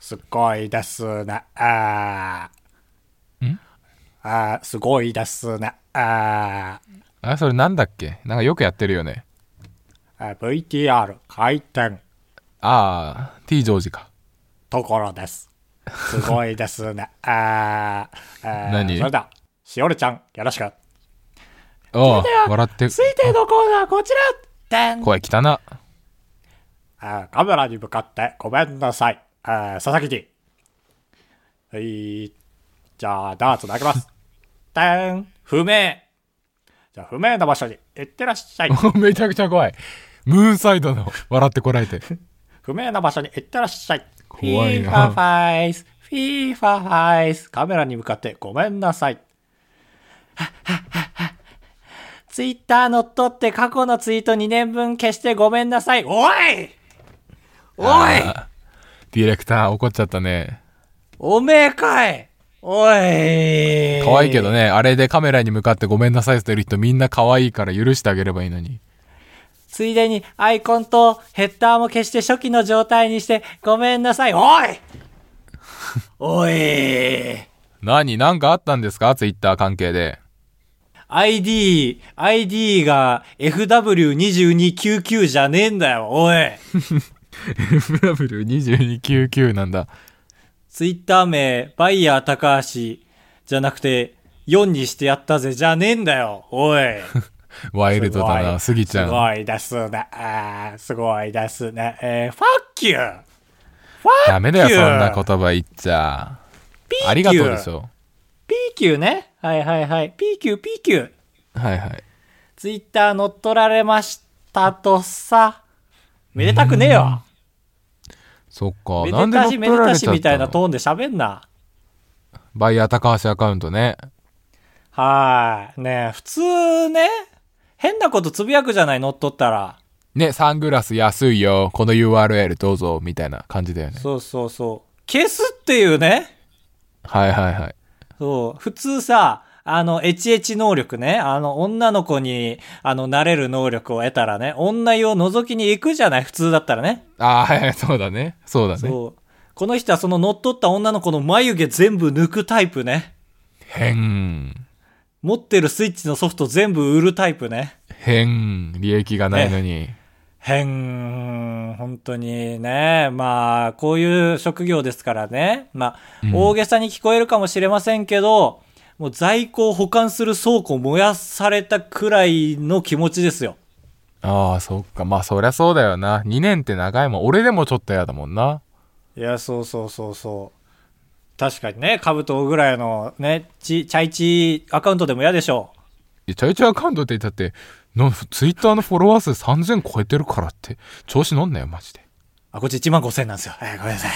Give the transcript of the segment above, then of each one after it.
すごいですね。すごいですね。 それなんだっけ？なんかよくやってるよね。 VTR 回転 T ジョージか。 ところです。すごいですね。 何？ それでは、しおるちゃん、よろしく。 おう、笑って。 推定のコーナーこちら。 声汚な。 カメラに向かってごめんなさい。佐々木 D。じゃあ、ダーツ投げます。不明。じゃあ、不明な場所に行ってらっしゃい。 めちゃくちゃ怖い。ムーンサイドの笑ってこられて。 不明な場所に行ってらっしゃい。 怖いな。 フィーファファイス。フィーファファイス。カメラに向かってごめんなさい。ツイッター乗っ取って過去のツイート2年分消してごめんなさい。おいおいディレクター怒っちゃったね。 おめえかいおい可愛いけどね、あれでカメラに向かってごめんなさいって言ってる人みんな可愛いから許してあげればいいのに。 ついでにアイコンとヘッダーも消して初期の状態にしてごめんなさい。おいおいなんかあったんですか？ツイッター関係で。 ID が FW2299 じゃねえんだよ、おい。 FW2299 なんだ。 ツイッター名、バイヤー高橋じゃなくて、4にしてやったぜ、じゃねえんだよ、おい。 ワイルドだな、スギちゃん。 すごいですね。すごいですね。fuck you! ダメだよ、そんな言葉言っちゃ。ありがとうでしょ。 PQ ね。はいはいはい。PQ。 はいはい。 ツイッター乗っ取られましたとさ。めでたくねえよ。 そっか。 めなんで乗っでたしめで取られちゃったしみたいたの？ なトーンで喋んな。 バイヤー高橋アカウントね。 はい。ねえ、普通ね、変なことつぶやくじゃない、乗っ取ったら。 ね、サングラス安いよ。この URL どうぞ。みたいな感じだよね。 そう。消すっていうね。 はいはいはい。 そう。普通さ、エチエチ能力ね。女の子に、なれる能力を得たらね、女湯を覗きに行くじゃない、普通だったらね。 はいはい、そうだね。そうだね。 そう。この人はその乗っ取った女の子の眉毛全部抜くタイプね。持ってるスイッチのソフト全部売るタイプね。 利益がないのに。 本当にね。まあ、こういう職業ですからね。まあ、大げさに聞こえるかもしれませんけど、もう在庫を保管する倉庫を燃やされたくらいの気持ちですよ。 ああ、そっか。まあ、そりゃそうだよな。2年って長いもん。俺でもちょっと嫌だもんな。 いや、そう。確かにね、カブトぐらいのね、チャイチアカウントでも嫌でしょう。チャイチアカウントって言ったって、ツイッターのフォロワー数3000超えてるからって、調子乗んなよ、マジで。 こっち15000なんですよ。ごめんなさ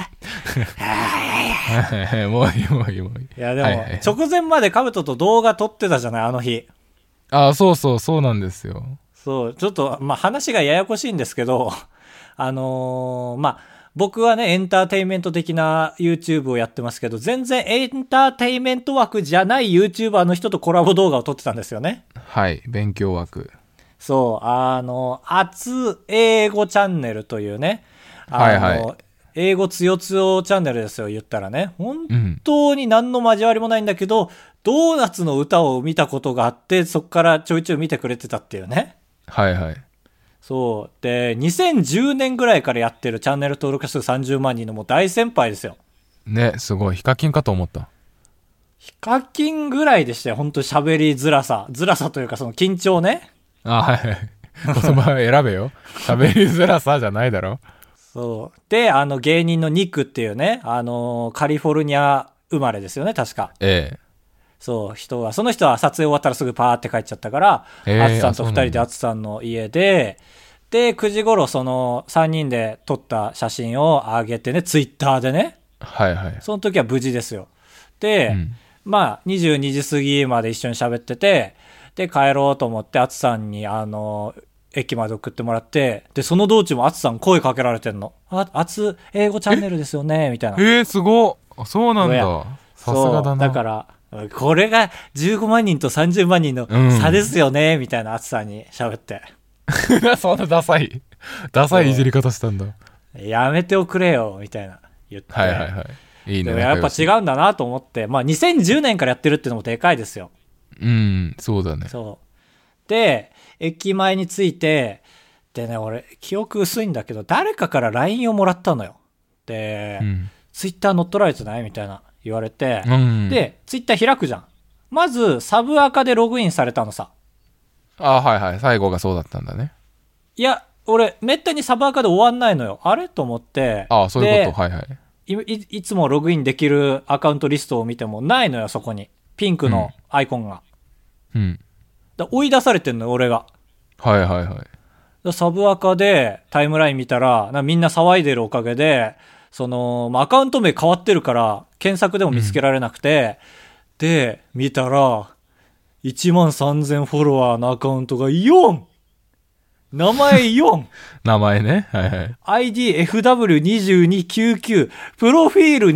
い。もういい。いや、でも、直前までカブトと動画撮ってたじゃない、あの日。 そうなんですよ。 そう、ちょっと、まあ、話がややこしいんですけど、まあ、僕はね、エンターテインメント的な YouTube をやってますけど、全然エンターテインメント枠じゃない YouTuber の人とコラボ動画を撮ってたんですよね。 はい、勉強枠。 そう、英語チャンネルというね、英語つよつよチャンネルですよ、言ったらね。本当に何の交わりもないんだけど、ドーナツの歌を見たことがあって、そっからちょいちょい見てくれてたっていうね。 はいはい。 そう。で、2010年ぐらいからやってるチャンネル登録者数30万人のもう大先輩ですよ。 ね、すごい。ヒカキンかと思った。 ヒカキンぐらいでしたよ。本当に喋りづらさというかその緊張ね。 はい。言葉選べよ。喋りづらさじゃないだろ。 そう。で、芸人のニックっていうね、カリフォルニア生まれですよね、確か。そう、その人は撮影終わったらすぐパーって帰っちゃったから、アツさんと2人でアツさんの家で、9時頃その3人で撮った写真を上げてね、ツイッターでね。 はいはい。 その時は無事ですよ。で、まあ、22時過ぎまで一緒に喋ってて、で、帰ろうと思って、アツさんに、駅まで送ってもらって、で、その道中もアツさん声かけられてんの。アツ、英語チャンネルですよね、みたいな。 すごっ。そうなんだ。さすがだな。 だから、これが15万人と30万人の差ですよね、みたいなアツさんに喋って。 そんなダサいいじり方したんだ。 やめておくれよ、みたいな。 言って、 はいはいはい、いいね。 でもやっぱ違うんだなと思って、まあ2010年からやってるっていうのもでかいですよ。 うん、そうだね。 そうで駅前に着いて、でね、俺記憶薄いんだけど誰かから LINE をもらったのよ。で、うん、ツイッター乗っ取られてないみたいな言われて、うん、でツイッター開くじゃん。まずサブアカでログインされたのさ。 あ、はいはい、最後がそうだったんだね。 いや俺めったにサブアカで終わんないのよ。あれと思って、 ああ、そういうこと。はいはい。 いつもログインできるアカウントリストを見てもないのよ、そこにピンクのアイコンが。うん。だ追い出されてんのよ俺が。 はいはいはい。 だサブアカでタイムライン見たらみんな騒いでるおかげでその、アカウント名変わってるから検索でも見つけられなくて、うん、で見たら13000フォロワーのアカウントが4、名前4 名前ね、はいはい、 IDFW2299 プロフィール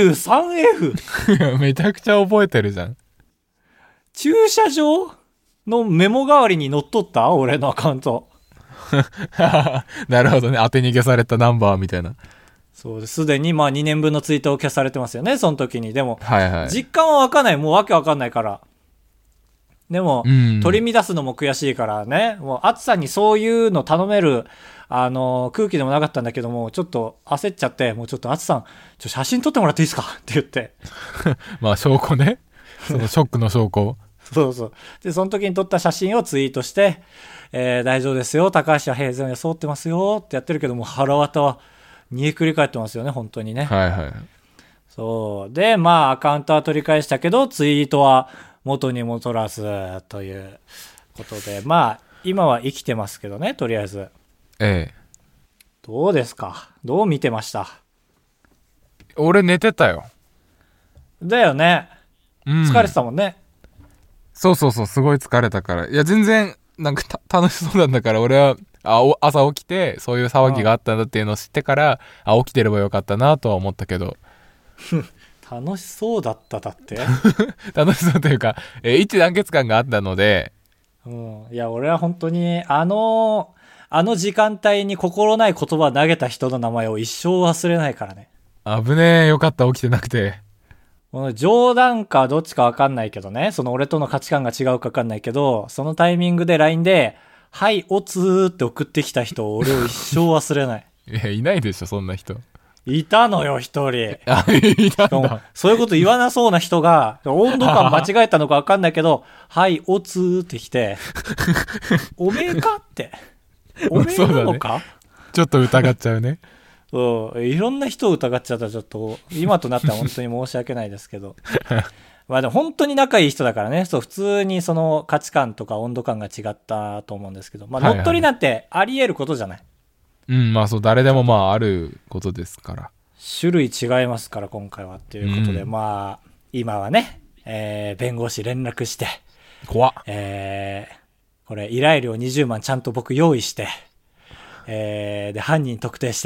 23F めちゃくちゃ覚えてるじゃん。 駐車場のメモ代わりに乗っ取った俺のアカウントなるほどね、当て逃げされたナンバーみたいな。 そうです。すでにまあ2年分のツイートを消されてますよね、その時に。でも、 はいはい、 実感はわかんない。もうわけわかんないから。でも、取り乱すのも悔しいからね。もう、アツさんにそういうの頼める、空気でもなかったんだけども、ちょっと焦っちゃって、もうちょっとアツさん、写真撮ってもらっていいですかって言って。 まあ、証拠ね。そのショックの証拠。 そうそう。で、その時に撮った写真をツイートして、大丈夫ですよ。高橋は平然を装ってますよってやってるけども、腹渡は煮えくり返ってますよね、本当にね。 はいはい。 そうで、まあアカウントは取り返したけどツイートは元に戻らずということで、まあ今は生きてますけどね、とりあえず。 ええ。 どうですか？どう見てました？ 俺寝てたよ。 だよね。疲れてたもんね。 そうそうそう、すごい疲れたから。いや全然なんか楽しそうなんだから、俺は朝起きてそういう騒ぎがあったんだっていうのを知ってから、起きてればよかったなとは思ったけど。 楽しそうだっただって楽しそうというか、一致団結感があったので、 うん、いや俺は本当にあの時間帯に心ない言葉を投げた人の名前を一生忘れないからね。 危ねえ、よかった、起きてなくて。 冗談かどっちか分かんないけどね、その俺との価値観が違うか分かんないけど、そのタイミングで LINE ではいおつーって送ってきた人を俺を一生忘れないいや、いないでしょそんな人。 いたのよ一人。 いたんだ。 そういうこと言わなそうな人が温度感間違えたのか分かんないけどはいおつーってきておめえかっておめえなのか、 ね、ちょっと疑っちゃうねいろんな人を疑っちゃったらちょっと今となっては本当に申し訳ないですけどまあでも本当に仲いい人だからね。そう普通にその価値観とか温度感が違ったと思うんですけど、まあ乗っ取りなんてあり得ることじゃない、 うん、まあそう誰でもまああることですから。 種類違いますから今回はっていうことで、まあ今はね、弁護士連絡して怖っ、 これ依頼料20万ちゃんと僕用意して、で犯人特定して、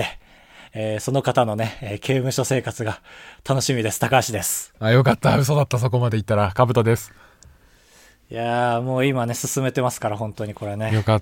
その方のね、刑務所生活が楽しみです。高橋です。 あ、よかった。嘘だった。そこまで言ったらカブトです。 いやーもう今ね進めてますから本当にこれね。 よかった、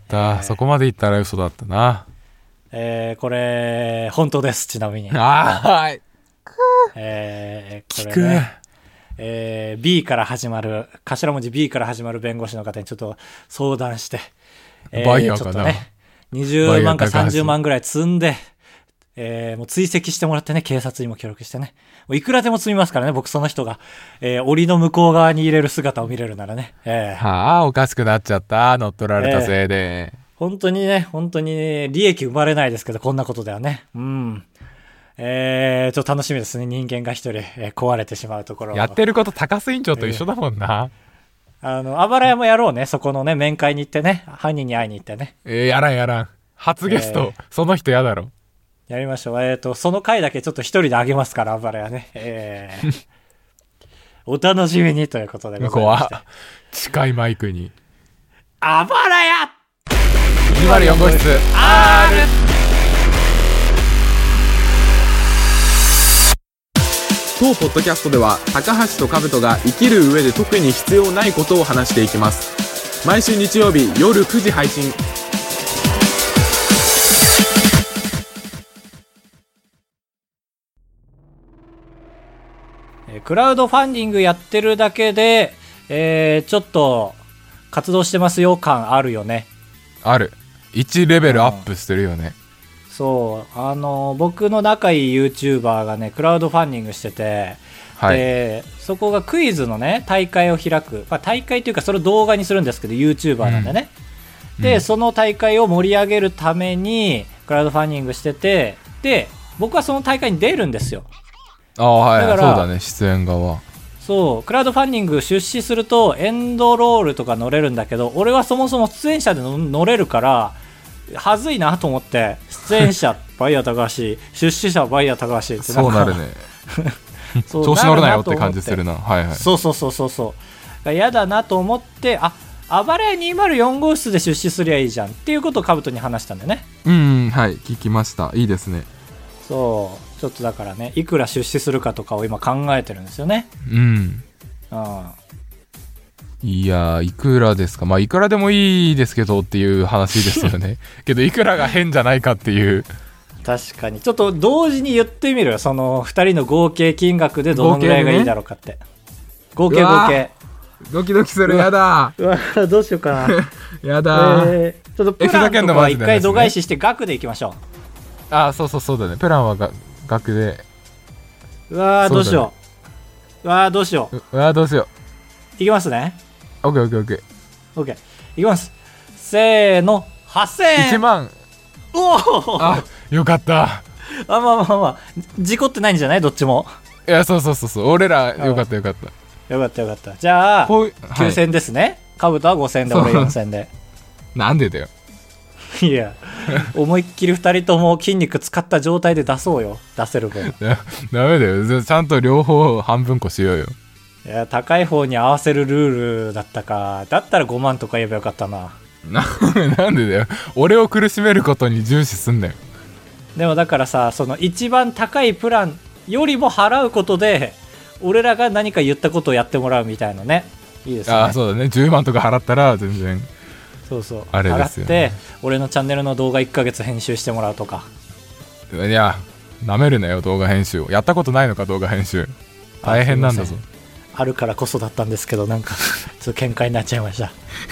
そこまで言ったら嘘だったな。 これ本当です。ちなみにはい、 これね、B から始まる頭文字 B から始まる弁護士の方にちょっと相談して、 バイヤーかな、 ちょっとね20万か30万ぐらい積んで、もう追跡してもらってね、警察にも協力してね、もういくらでも積みますからね、僕その人が、檻の向こう側に入れる姿を見れるならね、 はあ、おかしくなっちゃった、乗っ取られたせいで、 本当にね、利益生まれないですけど、こんなことではね、ちょっと楽しみですね。人間が一人、壊れてしまうところ。 やってること高須院長と一緒だもんな。 あばら屋もやろうね。そこのね、面会に行ってね、犯人に会いに行ってね。 やらん。初ゲスト、その人やだろ。 やりましょう。その回だけちょっと一人であげますから、あばら屋ね。お楽しみにということでございまして。 近いマイクに。 あばら屋 204号室 R。当ポッドキャストでは高橋と兜が生きる上で特に必要ないことを話していきます。毎週日曜日夜9時配信。 クラウドファンディングやってるだけで、ちょっと活動してますよ感あるよね。 ある。1レベルアップしてるよね。 そう僕の仲いい YouTuber がねクラウドファンディングしてて、はい、でそこがクイズのね大会を開く、大会というかそれを動画にするんですけど YouTuber なんでね、でその大会を盛り上げるためにクラウドファンディングしてて、で僕はその大会に出るんですよ。 はい、だからそうだね、出演側。 そうクラウドファンディング出資するとエンドロールとか乗れるんだけど、俺はそもそも出演者で乗れるからはずいなと思って、出演者バイヤー高橋、出資者バイヤー高橋ってそうなるね調子乗るなよって感じするな。はいはい。 そう嫌だなと思って、暴れ屋204号室で出資すりゃいいじゃんっていうことをカブトに話したんだよね。 はい、聞きました。いいですね。 そうちょっとだからね、いくら出資するかとかを今考えてるんですよね。 いやいくらですか。いくらでもいいですけどっていう話ですよねけどいくらが変じゃないかっていう。 確かにちょっと同時に言ってみるよ、その2人の合計金額でどのぐらいがいいだろうかって。合計ドキドキする。やだうわどうしようかなやだ、 ちょっとプランとかは一回度外視して額でいきましょう。そうだね。プランは額で。 うわどうしよう。いきますね。 オッケーいきます。せーの、8000円。 1万。 おおよかった。 まあ事故ってないんじゃない、どっちも。 いやそう俺らよかった。 よかった。じゃあ9000ですね。カブトは5000で、俺4000で。 なんでだよ。 いや思いっきり2人とも筋肉使った状態で出そうよ、出せる分。 ダメだよ、ちゃんと両方半分こしようよ。 いや高い方に合わせるルールだったか。だったら5万とか言えばよかったな。 なんでだよ、俺を苦しめることに重視すんだよ。 でもだからさ、その一番高いプランよりも払うことで俺らが何か言ったことをやってもらうみたいなね。いいですね。 そうだね。10万とか払ったら全然そうあれですよね。 払って俺のチャンネルの動画1ヶ月編集してもらうとか。 いやなめるなよ、動画編集を。やったことないのか、動画編集。大変なんだぞ。 あるからこそだったんですけど、なんかちょっと喧嘩になっちゃいました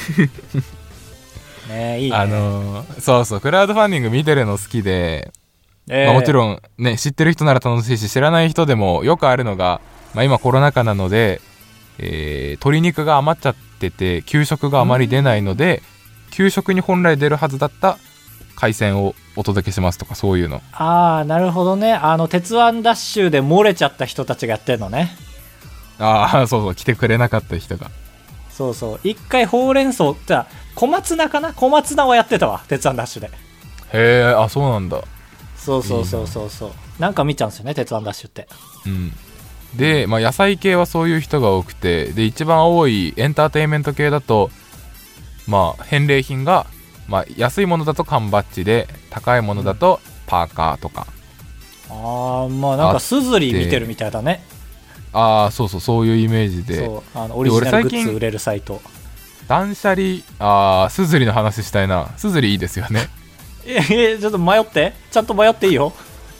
ね。いいね。 そうクラウドファンディング見てるの好きで、もちろんね、知ってる人なら楽しいし、知らない人でもよくあるのが、今コロナ禍なので、鶏肉が余っちゃってて給食があまり出ないので、給食に本来出るはずだった海鮮をお届けしますとか、そういうの。 なるほどね。鉄腕ダッシュで漏れちゃった人たちがやってるのね。 そう来てくれなかった人が。 そう一回ほうれん草じゃ小松菜かな、小松菜をやってたわ、鉄腕ダッシュで。 へえ、そうなんだ。 そうなんか見ちゃうんですよね、鉄腕ダッシュって。 で、野菜系はそういう人が多くて、で一番多いエンターテインメント系だと、返礼品が、安いものだと缶バッジで、高いものだとパーカーとか。 なんかスズリ見てるみたいだね。 そういうイメージで。 オリジナルグッズ売れるサイト。 断捨離、スズリの話したいな。スズリいいですよね。 ちょっと迷って、ちゃんと迷っていいよ。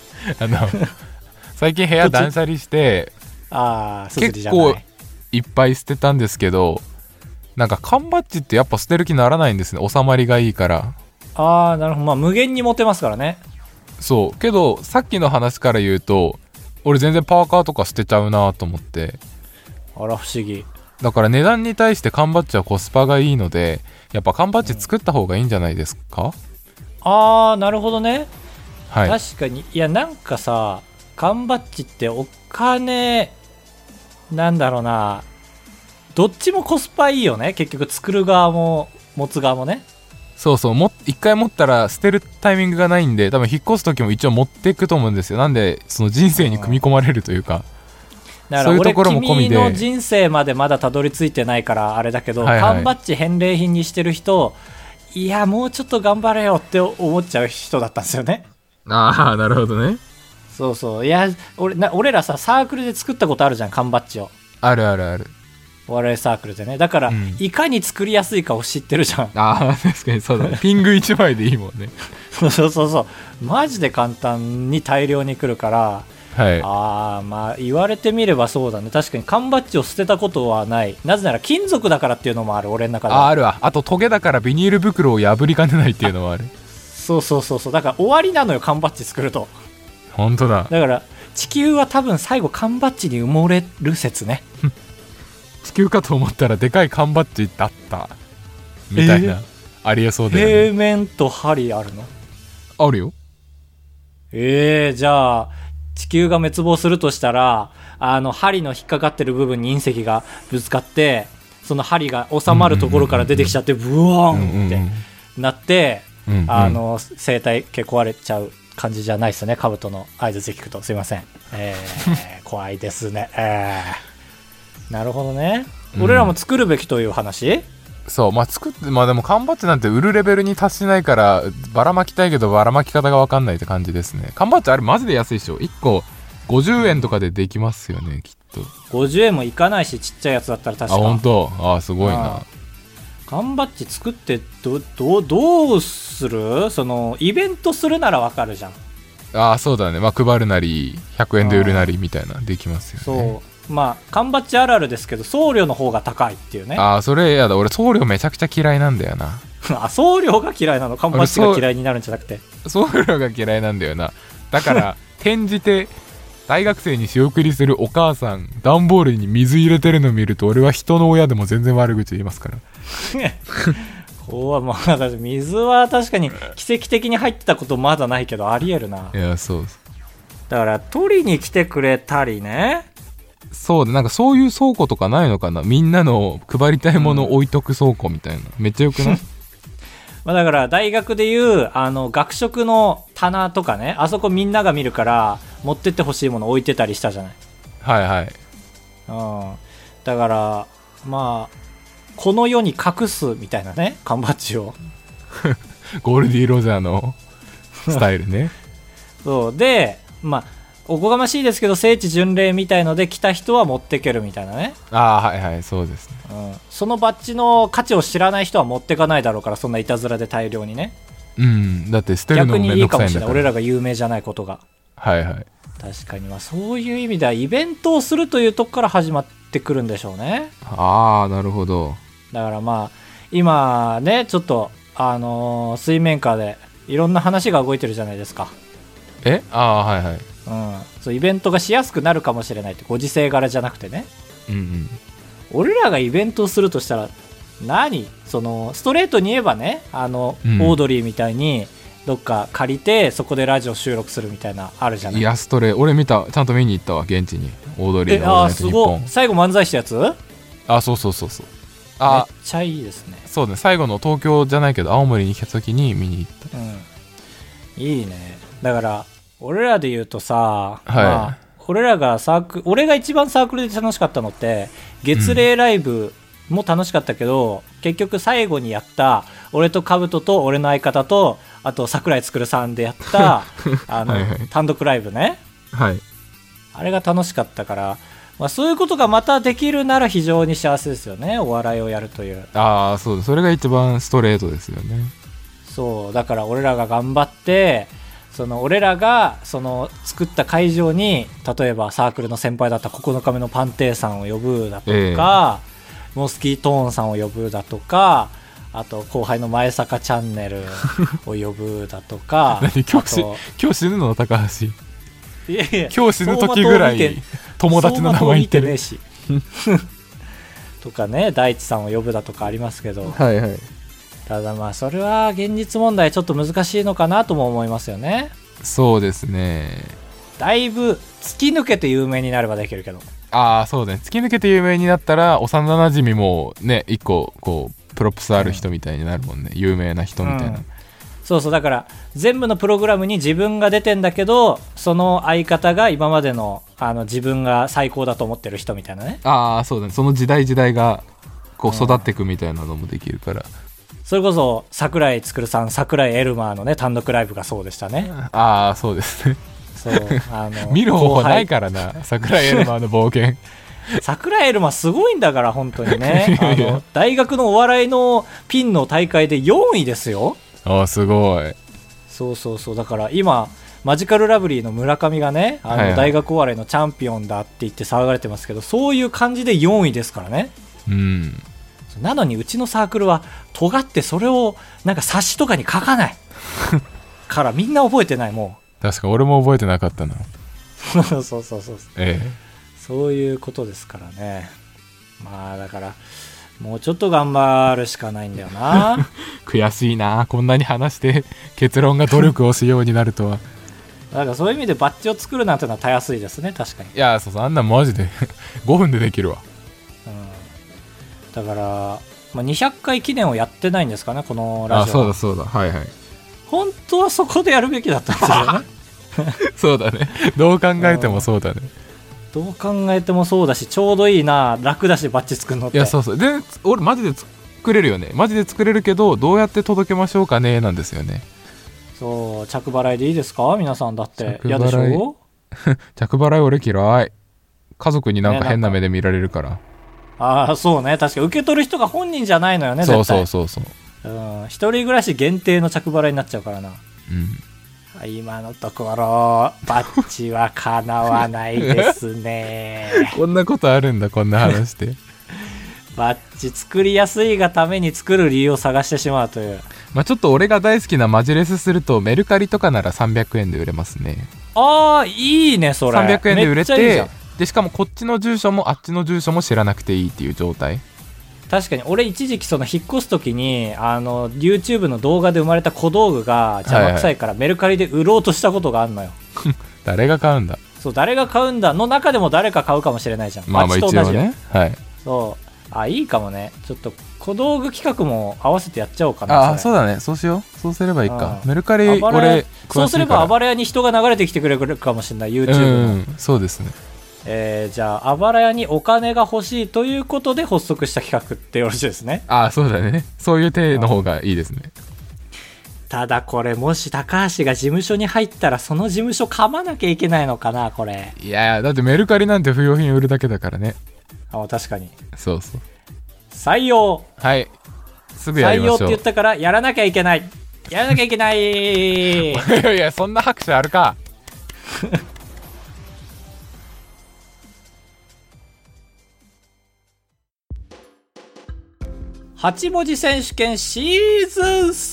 最近部屋断捨離して結構いっぱい捨てたんですけど、なんか缶バッジってやっぱ捨てる気ならないんですね。収まりがいいから。 なるほど。無限に持てますからね。 そうけどさっきの話から言うと、俺全然パーカーとか捨てちゃうなと思って。 不思議。だから値段に対して缶バッジはコスパがいいので、やっぱ缶バッジ作った方がいいんじゃないですか。 なるほどね。確かに。いやなんかさ、缶バッジってお金なんだろうな、どっちもコスパいいよね、結局。作る側も持つ側もね。 一回持ったら捨てるタイミングがないんで、多分引っ越す時も一応持っていくと思うんですよ。なんでその人生に組み込まれるというか、 だから俺君の人生までまだたどり着いてないからあれだけど、缶バッジ返礼品にしてる人、いやもうちょっと頑張れよって思っちゃう人だったんですよね。 なるほどね。 いや俺らさ、サークルで作ったことあるじゃん、缶バッジを。 ある。 お笑いサークルでね。だから、いかに作りやすいかを知ってるじゃん。 確かにそうだね。ピング1枚でいいもんね。 そうマジで簡単に大量に来るから、 はい、 まあ言われてみればそうだね。確かに缶バッジを捨てたことはない。なぜなら金属だからっていうのもある、俺の中で。 あるわ。あとトゲだからビニール袋を破りかねないっていうのもある。 そうだから終わりなのよ、缶バッジ作ると。 本当だ。 だから地球は多分最後缶バッジに埋もれる説ね。 地球かと思ったらでかい缶バッジだったみたいな、ありえそうだよね。 平面と針あるの？ あるよ。 じゃあ地球が滅亡するとしたら、針の引っかかってる部分に隕石がぶつかって、その針が収まるところから出てきちゃって、ブワーンってなって、生態系壊れちゃう感じじゃないですね。カブトの合図で聞くとすいません。怖いですね。なるほどね。俺らも作るべきという話？ そう、まあ作って、まあでも缶バッジなんて売るレベルに達しないからばらまきたいけどばらまき方が分かんないって感じですね。缶バッジあれマジで安いでしょ。1個50円とかでできますよね、きっと。 50円もいかないし、ちっちゃいやつだったら確か。 本当。すごいな。 缶バッジ作ってどうする？そのイベントするなら分かるじゃん。 そうだね。まあ配るなり100円で売るなりみたいなできますよね。 そう。まあ缶バッジあるあるですけど、送料の方が高いっていうね。 それやだ。俺送料めちゃくちゃ嫌いなんだよな。 送料が嫌いなの？缶バッジが嫌いになるんじゃなくて。 送料が嫌いなんだよな。だから転じて大学生に仕送りするお母さん、段ボールに水入れてるの見ると、俺は人の親でも全然悪口言いますから。 まあ、水は確かに奇跡的に入ってたことまだないけど、ありえるな。 いや、そうだから取りに来てくれたりね。 そうで、なんかそういう倉庫とかないのかな。みんなの配りたいものを置いとく倉庫みたいな、めっちゃよくない？ まあだから大学でいう学食の棚とかね、あそこみんなが見るから持ってってほしいもの置いてたりしたじゃない。 はいはい。 だからまあこの世に隠すみたいなね、缶バッジをゴールディロジャーのスタイルね。 そうで、まあおこがましいですけど、聖地巡礼みたいので来た人は持ってけるみたいなね。 はいはい、そうですね。 そのバッジの価値を知らない人は持ってかないだろうから、そんないたずらで大量にね。 だって捨てるのもめんどくさいんだから。逆にいいかもしれない、 俺らが有名じゃないことが。 はいはい。 確かに、まあそういう意味ではイベントをするというとこから始まってくるんでしょうね。 なるほど。 だからまあ今ね、ちょっと水面下でいろんな話が動いてるじゃないですか。 はいはい。 そうイベントがしやすくなるかもしれないって、ご時世柄じゃなくてね。俺らがイベントをするとしたらそのストレートに言えばね、オードリーみたいにどっか借りてそこでラジオ収録するみたいなあるじゃない。 いや、ストレ俺見た、ちゃんと見に行ったわ、現地に。オードリーのオールナイトニッポン。 すごい。最後漫才したやつ？ そうめっちゃいいですね。 そうね、最後の東京じゃないけど青森に来た時に見に行った。 いいね。だから俺らで言うとさ、まあ、俺が一番サークルで楽しかったのって月例ライブも楽しかったけど、結局最後にやった俺とカブトと俺の相方とあと桜井つくるさんでやった単独ライブね。あれが楽しかったから、まあ、そういうことがまたできるなら非常に幸せですよね、お笑いをやるという。 そう、それが一番ストレートですよね。 そうだから俺らが頑張って、俺らが作った会場に例えばサークルの先輩だった9日目のパンテイさんを呼ぶだとか、モスキートーンさんを呼ぶだとか、あと後輩の前坂チャンネルを呼ぶだとか今日死ぬの高橋。 いや今日死ぬ時ぐらい友達の名前言ってるしとかね、大地さんを呼ぶだとかありますけど、ただまあそれは現実問題ちょっと難しいのかなとも思いますよね。 そうですね。 だいぶ突き抜けて有名になればできるけど。 そうね。突き抜けて有名になったら幼なじみもね、一個こうプロプスある人みたいになるもんね。有名な人みたいな。 そうだから全部のプログラムに自分が出てんだけど、その相方が今までの自分が最高だと思ってる人みたいなね。 そうだね。その時代がこう育っていくみたいなのもできるから。 それこそ桜井つくるさん、桜井エルマーのね単独ライブがそうでしたね。 そうですね。 そう見る方法ないからな、桜井エルマーの冒険。 桜井エルマーすごいんだから本当にね。大学のお笑いのピンの大会で4位ですよ。 すごい。 そうだから今マジカルラブリーの村上がね、大学お笑いのチャンピオンだって言って騒がれてますけど、そういう感じで4位ですからね。 うん。 なのにうちのサークルは尖ってそれをなんか冊子とかに書かないからみんな覚えてない。もう確か俺も覚えてなかったなそうそうそうそう、そういうことですからね。まあだからもうちょっと頑張るしかないんだよな悔しいな、こんなに話して結論が努力をしようになるとはだからそういう意味でバッジを作るなんてのはたやすいですね。確かに。 いや、そうそう、あんなマジで5分でできるわ。 だから、まあ、200回記念をやってないんですかね、このラジオ。 あ、そうだそうだ、はいはい。 本当はそこでやるべきだったんですよねそうだね、どう考えてもそうだね。 どう考えてもそうだし、ちょうどいいな、楽だしバッジ作るのって。 いや、そうそう、で俺マジで作れるよね。マジで作れるけど、どうやって届けましょうかねなんですよね。 そう、着払いでいいですか皆さん。だって嫌でしょ着払い俺嫌い。家族になんか変な目で見られるから、 ああ、そうね、確か受け取る人が本人じゃないのよね。 そうそうそうそう、 一人暮らし限定の着払いになっちゃうからな。今のところバッジはかなわないですねこんなことあるんだ、こんな話でバッジ作りやすいがために作る理由を探してしまうという。 まあちょっと俺が大好きなマジレスするとメルカリとかなら300円で売れますね。 ああ、いいねそれ。 300円で売れて、 めっちゃいいじゃん。 でしかもこっちの住所もあっちの住所も知らなくていいっていう状態。 確かに俺一時期その引っ越す時にYouTube の動画で生まれた小道具が邪魔くさいからメルカリで売ろうとしたことがあるのよ、 誰が買うんだ。 そう、誰が買うんだの中でも誰か買うかもしれないじゃん。 まあまあ一応ね、はい。 そう、あ、いいかもね。ちょっと小道具企画も合わせてやっちゃおうかな。 あ、そうだね、そうしよう。そうすればいいか。メルカリ俺そうすれば暴れ屋に人が流れてきてくれるかもしれない。 YouTube の、 そうですね。 じゃあ暴れ屋にお金が欲しいということで発足した企画ってよろしいですね。 あ、そうだね、そういう手の方がいいですね。 ただこれもし高橋が事務所に入ったらその事務所噛まなきゃいけないのかなこれ。 いや、だってメルカリなんて不要品売るだけだからね。 あ、確かに。 そうそう、 採用。 はい、すぐやりましょう。 採用って言ったからやらなきゃいけない、やらなきゃいけないいやいや、そんな拍手あるか 8文字選手権シーズン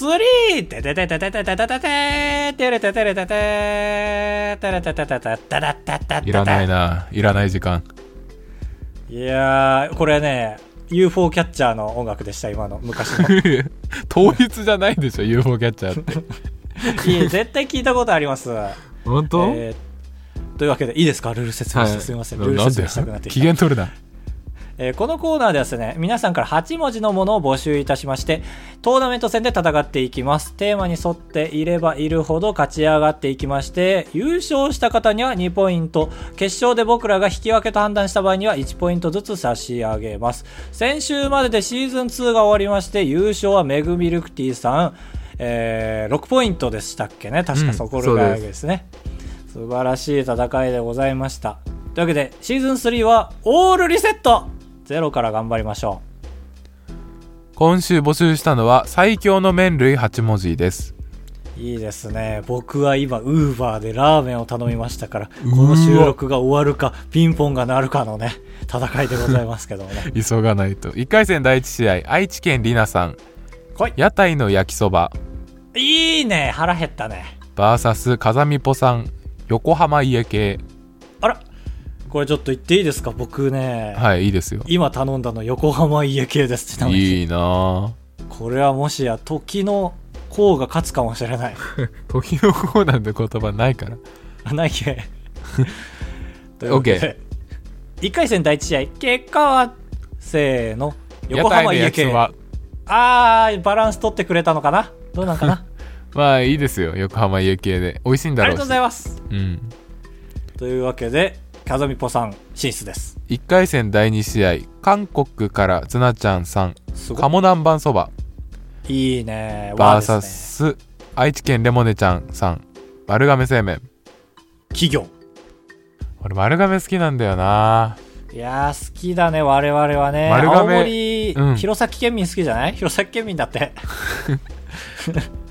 3! てててててててててててれててれてててれててててててて。 いらないな、いらない時間。 いやー、これね UFO キャッチャーの音楽でした。今の昔の統一じゃないでしょ UFO キャッチャーっていや絶対聞いたことあります。 本当？ というわけでいいですか、ルール説明して、すみません、ルール説明したくなってきた。 機嫌取るな。 このコーナーではですね、皆さんから8文字のものを募集いたしまして、トーナメント戦で戦っていきます。テーマに沿っていればいるほど勝ち上がっていきまして、優勝した方には2ポイント、決勝で僕らが引き分けと判断した場合には1ポイントずつ差し上げます。先週まででシーズン2が終わりまして、優勝はメグミルクティーさん、6ポイントでしたっけね、確かそこらですね。素晴らしい戦いでございました。というわけでシーズン3はオールリセット、ゼロから頑張りましょう。今週募集したのは最強の麺類8文字です。 いいですね。僕は今ウーバーでラーメンを頼みましたから、この収録が終わるかピンポンが鳴るかのね戦いでございますけどもね急がないと。1回戦第1試合、愛知県りなさん、屋台の焼きそば。 いいね、腹減ったね。 バーサス風見ぽさん、横浜家系。 あら、これちょっと言っていいですか。僕ね、 はい、いいですよ。 今頼んだの横浜家系です。 いいな。これはもしや時のこうが勝つかもしれない時のこうなんて言葉ないからないけというわけで、1回戦第1試合結果はせーの、横浜家系。バランス取ってくれたのかな、どうなんかなまあいいですよ、横浜家系で美味しいんだろうし。 ありがとうございます、というわけで風見ぽさん進出です。 1回戦第2試合、韓国からつなちゃんさん、鴨南蛮そば。 いいね。 バーサス愛知県レモネちゃんさん、丸亀製麺。 企業。 俺丸亀好きなんだよな。 いやー、好きだね、我々はね。青森、弘前県民好きじゃない？弘前県民だって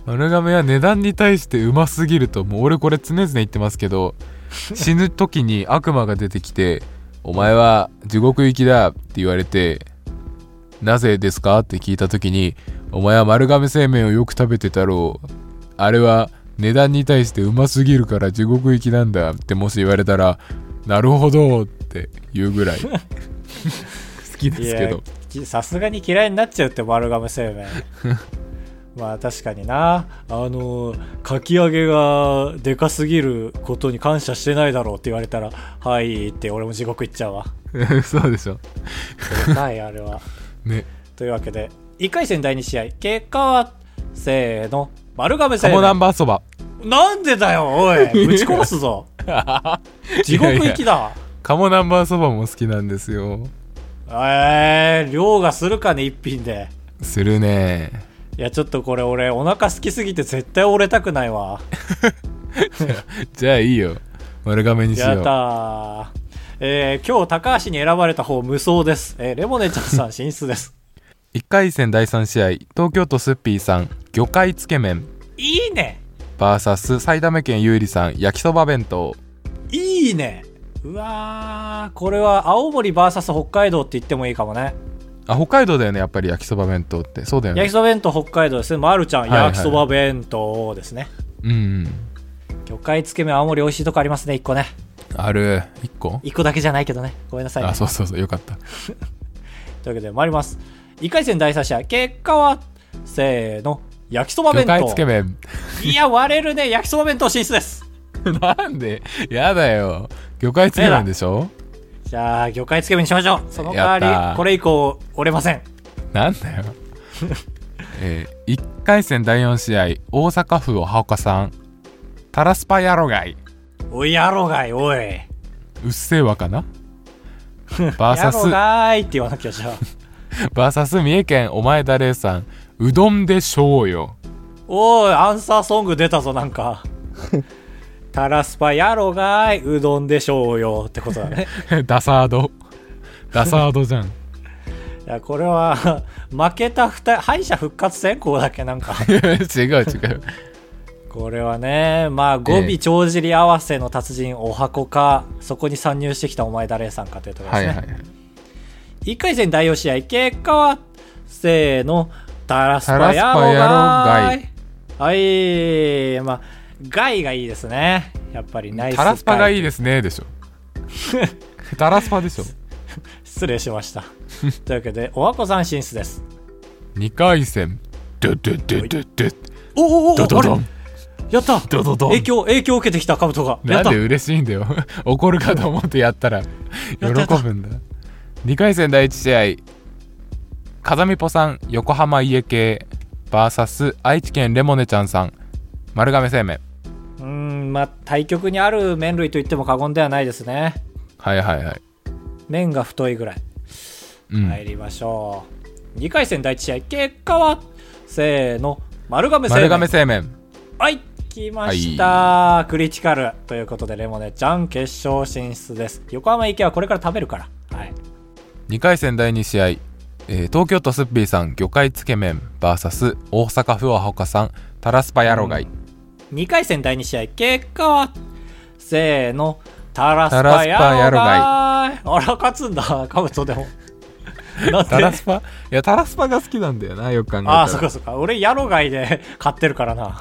丸亀は値段に対してうますぎると、もう俺これ常々言ってますけど、死ぬ時に悪魔が出てきてお前は地獄行きだって言われて、なぜですかって聞いた時に、お前は丸亀製麺をよく食べてたろう、あれは値段に対してうますぎるから地獄行きなんだってもし言われたら、なるほどって言うぐらい好きですけど。 さすがに嫌いになっちゃうって、丸亀製麺まあ確かにな、かき揚げがでかすぎることに感謝してないだろうって言われたら、はいって俺も地獄行っちゃうわそうでしょ、 ないあれはね。 というわけで1回戦第2試合、結果はせーの、丸亀製麺。 鴨南蛮そば。 なんでだよおい、ぶち殺すぞ地獄行きだ。いやいや、 鴨南蛮そばも好きなんですよ。 量がするかね、一品で。 するね。 いやちょっとこれ俺お腹空きすぎて絶対折れたくないわじゃあいいよ、丸亀にしよう。 やったー。今日高橋に選ばれた方無双です。レモネちゃんさん進出です 1回戦第3試合、東京都すっぴーさん魚介つけ麺、 いいね。 VS 埼玉県ゆうりさん焼きそば弁当、 いいね。うわー、これは青森 VS 北海道って言ってもいいかもね。 あ、北海道だよね、やっぱり焼きそば弁当って。そうだよね。 焼きそば弁当北海道ですね。まるちゃん、焼きそば弁当ですね。 うん、 魚介つけ麺青森美味しいとこありますね、1個ね。 ある。1個 1個だけじゃないけどね、ごめんなさい、ね。 あ、そうそうそう、よかったというわけで参ります。1回戦第3試合、結果はせーの、焼きそば弁当。 魚介つけ麺いや割れるね。焼きそば弁当進出ですなんでやだよ、魚介つけ麺でしょ。 じゃあ魚介つけ麺にしましょう。その代わりこれ以降折れません。 なんだよ1回戦第4試合、大阪府おはおかさんタラスパヤロガイ。 おいやろがい、おい。 うっせぇわかなやろがいって言わなきゃ。じゃあ VS 三重県お前だれさんうどんでしょうよ。 おい、アンサーソング出たぞ。なんかタラスパやろがいうどんでしょうよってことだねダサードじゃん。いやこれは負けた敗者復活戦こうだっけ、なんか違うこれはね、まあ語尾帳尻合わせの達人おはこか、そこに参入してきたお前誰さんかというところですね。はいはいはい、1回戦第4試合、結果はせーの、タラスパやろがい。はい、まあガイがいいですね。やっぱりナイス。 タラスパがいいですねでしょタラスパでしょ失礼しましたというわけでおはこさん進出です。 2回戦ドドドドドおおドドドン、 やったドドドン。影響受けてきたカブトが。 なんで嬉しいんだよ怒るかと思ってやったら喜ぶんだ。2回戦第1試合、風見ぽさん横浜家系 VS 愛知県レモネちゃんさん丸亀製麺。 まあ対極にある麺類といっても過言ではないですね。 はいはいはい。 麺が太いぐらい。入りましょう。2回戦第1試合、結果はせーの、丸亀製麺。はい、来ました、はい、クリティカルということでレモネちゃん決勝進出です。横浜池はこれから食べるから。はい。 2回戦第2試合、東京都すっぴーさん魚介つけ麺 VS 大阪府はほかさんタラスパヤロガイ。 2回戦第2試合、結果はせーの、タラスパヤロガイ。あら、勝つんだカブトでもタラスパ、いやタラスパが好きなんだよな、よく考えたら。 あ、そっかそっか、俺ヤロガイで買ってるからな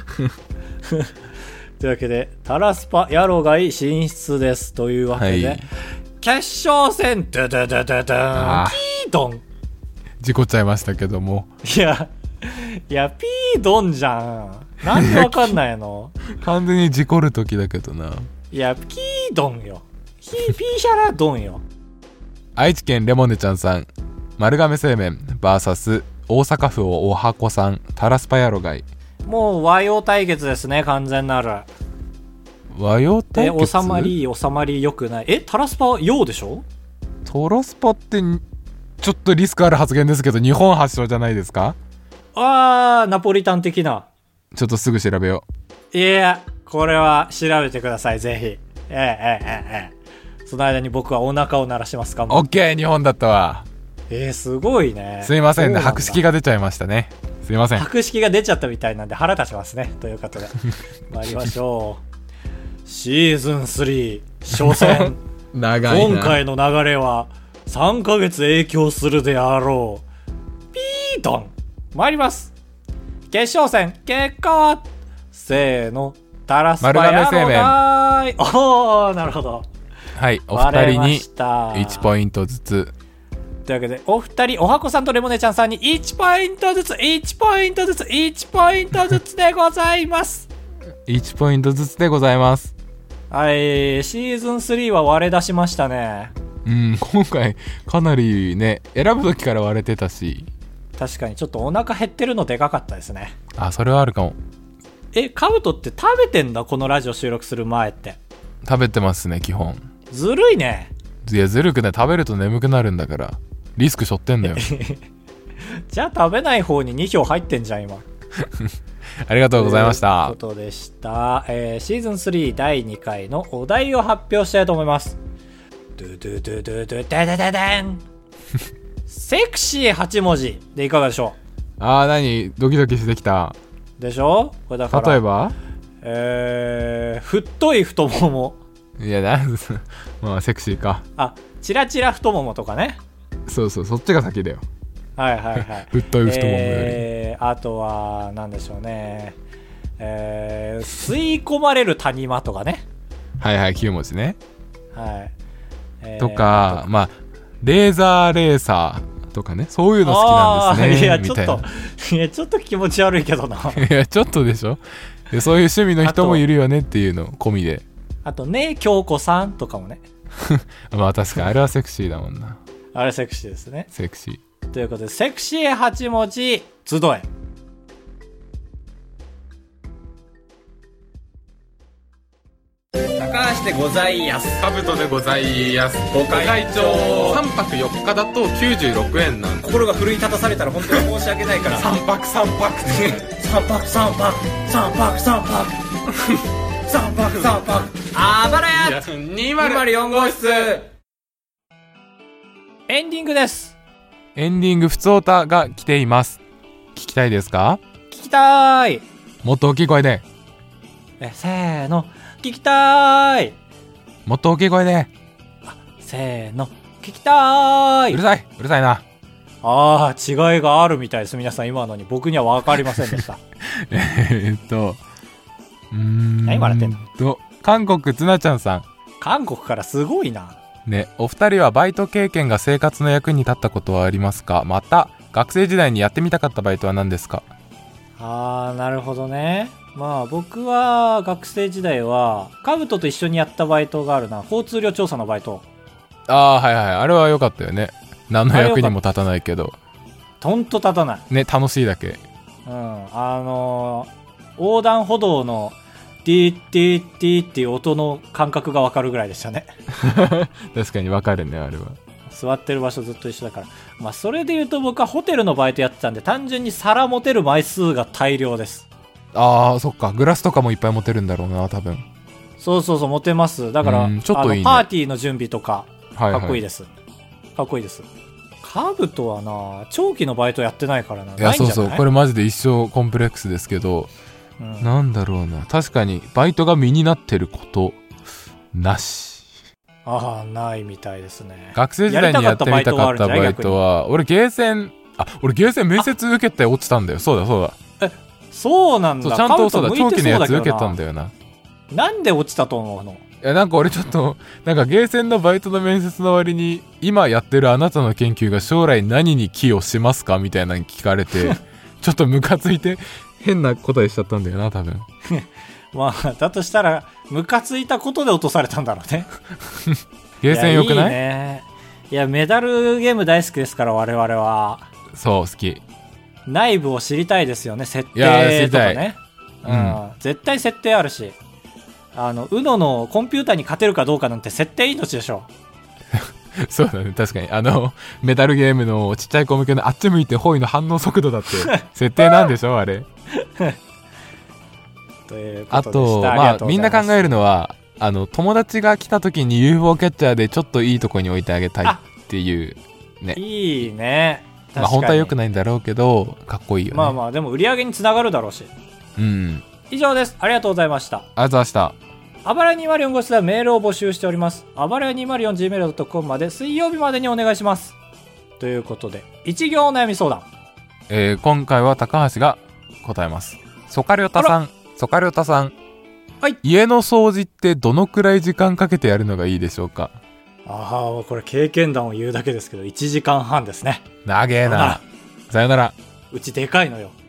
というわけでタラスパヤロガイ進出ですというわけで、はい、決勝戦ドゥドゥドゥドゥドゥンピードン事故っちゃいましたけども、 いやピードンじゃん。なんでわかんないの完全に事故る時だけどな。 いやピードンよ、ピーシャラドンよ。 愛知県レモネちゃんさん丸亀製麺 VS 大阪府おはこさんタラスパヤロガイ。 もう和洋対決ですね、完全なる和洋対決。 収まり良くない。タラスパ洋でしょ。 タラスパってちょっとリスクある発言ですけど日本発祥じゃないですか。 ナポリタン的な。 ちょっとすぐ調べよう。いやこれは調べてください、ぜひ。その間に僕はお腹を鳴らしますか。 オッケー、日本だったわ。 すごいね。 すいませんね、博識が出ちゃいましたね。 すいません。 格式が出ちゃったみたいなんで腹立ちますね。ということで参りましょう。シーズン3初戦長いな。 今回の流れは3ヶ月影響するであろう。ピートン参ります。決勝戦結果せーの、タラスパヤロダイ。おー、なるほど。 はい、お二人に1ポイントずつというわけで、お二人、おはこさんとレモネちゃんさんに1ポイントずつ1ポイントずつ1ポイントずつでございます 1ポイントずつでございます。 はい、シーズン3は割れ出しましたね。 うん、今回かなりね、選ぶ時から割れてたし、 確かにちょっとお腹減ってるのでかかったですね。 あ、それはあるかも。 カブトって食べてんだ、このラジオ収録する前って。 食べてますね、基本。 ずるいね。 いや、ずるくない。食べると眠くなるんだからリスク背負ってんだよじゃあ食べない方に2票入ってんじゃん今ありがとうございました。 ということでした。シーズン3第2回のお題を発表したいと思います。ドゥドゥドゥドゥドゥダダダダンセクシー8文字でいかがでしょう。あー、何ドキドキしてきたでしょ。これだから例えば太い太もも。 いや、なんまあセクシーか。 あ、チラチラ太ももとかね。 そうそう、そっちが先だよ。 はいはいはい太い太ももより、 あとはなんでしょうね、吸い込まれる谷間とかね。 はいはい、9文字ね。 はい、 とか、まあレーザーレーサーとかね、そういうの好きなんですね。 いやみたいな。 ちょっと気持ち悪いけどな。 いや、ちょっとでしょ。で、そういう趣味の人もいるよねっていうの込みで。 あとね、京子さんとかもね。 まあ確かにあれはセクシーだもんな。 あれセクシーですね。 セクシーということで、セクシー8文字集え。高橋でございやす。 カブトでございやす。ご会長3泊4日だと96円なんで。 心が奮い立たされたら本当に申し訳ないから 3泊3泊 3泊3泊3泊3泊3泊3泊あばらや204号室。エンディングです。 エンディングふつおたが来ています。聞きたいですか？ 聞きたーい。 もっと大きい声で。 せーの、聞きたーい。 もっと大きい声で。 せーの、聞きたーい。 うるさいな。 あー、違いがあるみたいです。皆さん今のに僕には分かりませんでした何笑ってんの？ 韓国ツナちゃんさん。 韓国からすごいな。 ね、お二人はバイト経験が生活の役に立ったことはありますか？また学生時代にやってみたかったバイトは何ですか？ あー、なるほどね。まあ僕は学生時代はカブトと一緒にやったバイトがあるな。交通量調査のバイト。 あー、はいはい、あれは良かったよね。何の役にも立たないけどほんと立たないね、楽しいだけ。 うん、横断歩道のティーティーティーっていう音の感覚が分かるぐらいでしたね確かに分かるね、あれは。 座ってる場所ずっと一緒だから。まあそれで言うと僕はホテルのバイトやってたんで、単純に皿持てる枚数が大量です。 あー、そっか、グラスとかもいっぱい持てるんだろうな、多分。 そう持てます。だからちょっといいね、 パーティーの準備とかかっこいいです、かっこいいです。カブトはな、長期のバイトやってないからな。 いや、そうそう、これマジで一生コンプレックスですけど、なんだろうな、確かにバイトが身になってることなし。 ああ、ないみたいですね。 学生時代にやってみたかったバイトは、俺ゲーセン面接受けて落ちたんだよ。そうだ。 そうなんだ。 ちゃんとそうだ、長期のやつ受けたんだよな。 なんで落ちたと思うの？ いや、なんか俺ちょっとなんかゲーセンのバイトの面接の割に、今やってるあなたの研究が将来何に寄与しますかみたいなの聞かれてちょっとムカついて変な答えしちゃったんだよな、多分まあだとしたらムカついたことで落とされたんだろうねゲーセンよくない？ いね。いや、メダルゲーム大好きですから、我々は。 そう、好き。 内部を知りたいですよね、設定とかね。絶対設定あるし、UNO のコンピューターに勝てるかどうかなんて設定命でしょそうだね、確かにメダルゲームのちっちゃい子向けのあっち向いてホイの反応速度だって設定なんでしょあれあと、まあみんな考えるのは、友達が来た時に UFO キャッチャーでちょっといいとこに置いてあげたいっていうね。 いいね。 まあ本当は良くないんだろうけどかっこいいよね。 まあまあでも売り上げにつながるだろうし。 うん。 以上です。ありがとうございました。 ありがとうございました。 あばらや204号室ではメールを募集しております。あばらや 204gmail.com まで水曜日までにお願いします。ということで一行お悩み相談、 今回は高橋が答えます。ソカリョタさん、 はい、 家の掃除ってどのくらい時間かけてやるのがいいでしょうか？ ああ、これ経験談を言うだけですけど1時間半ですね。 長えな。さよなら。 うちでかいのよ。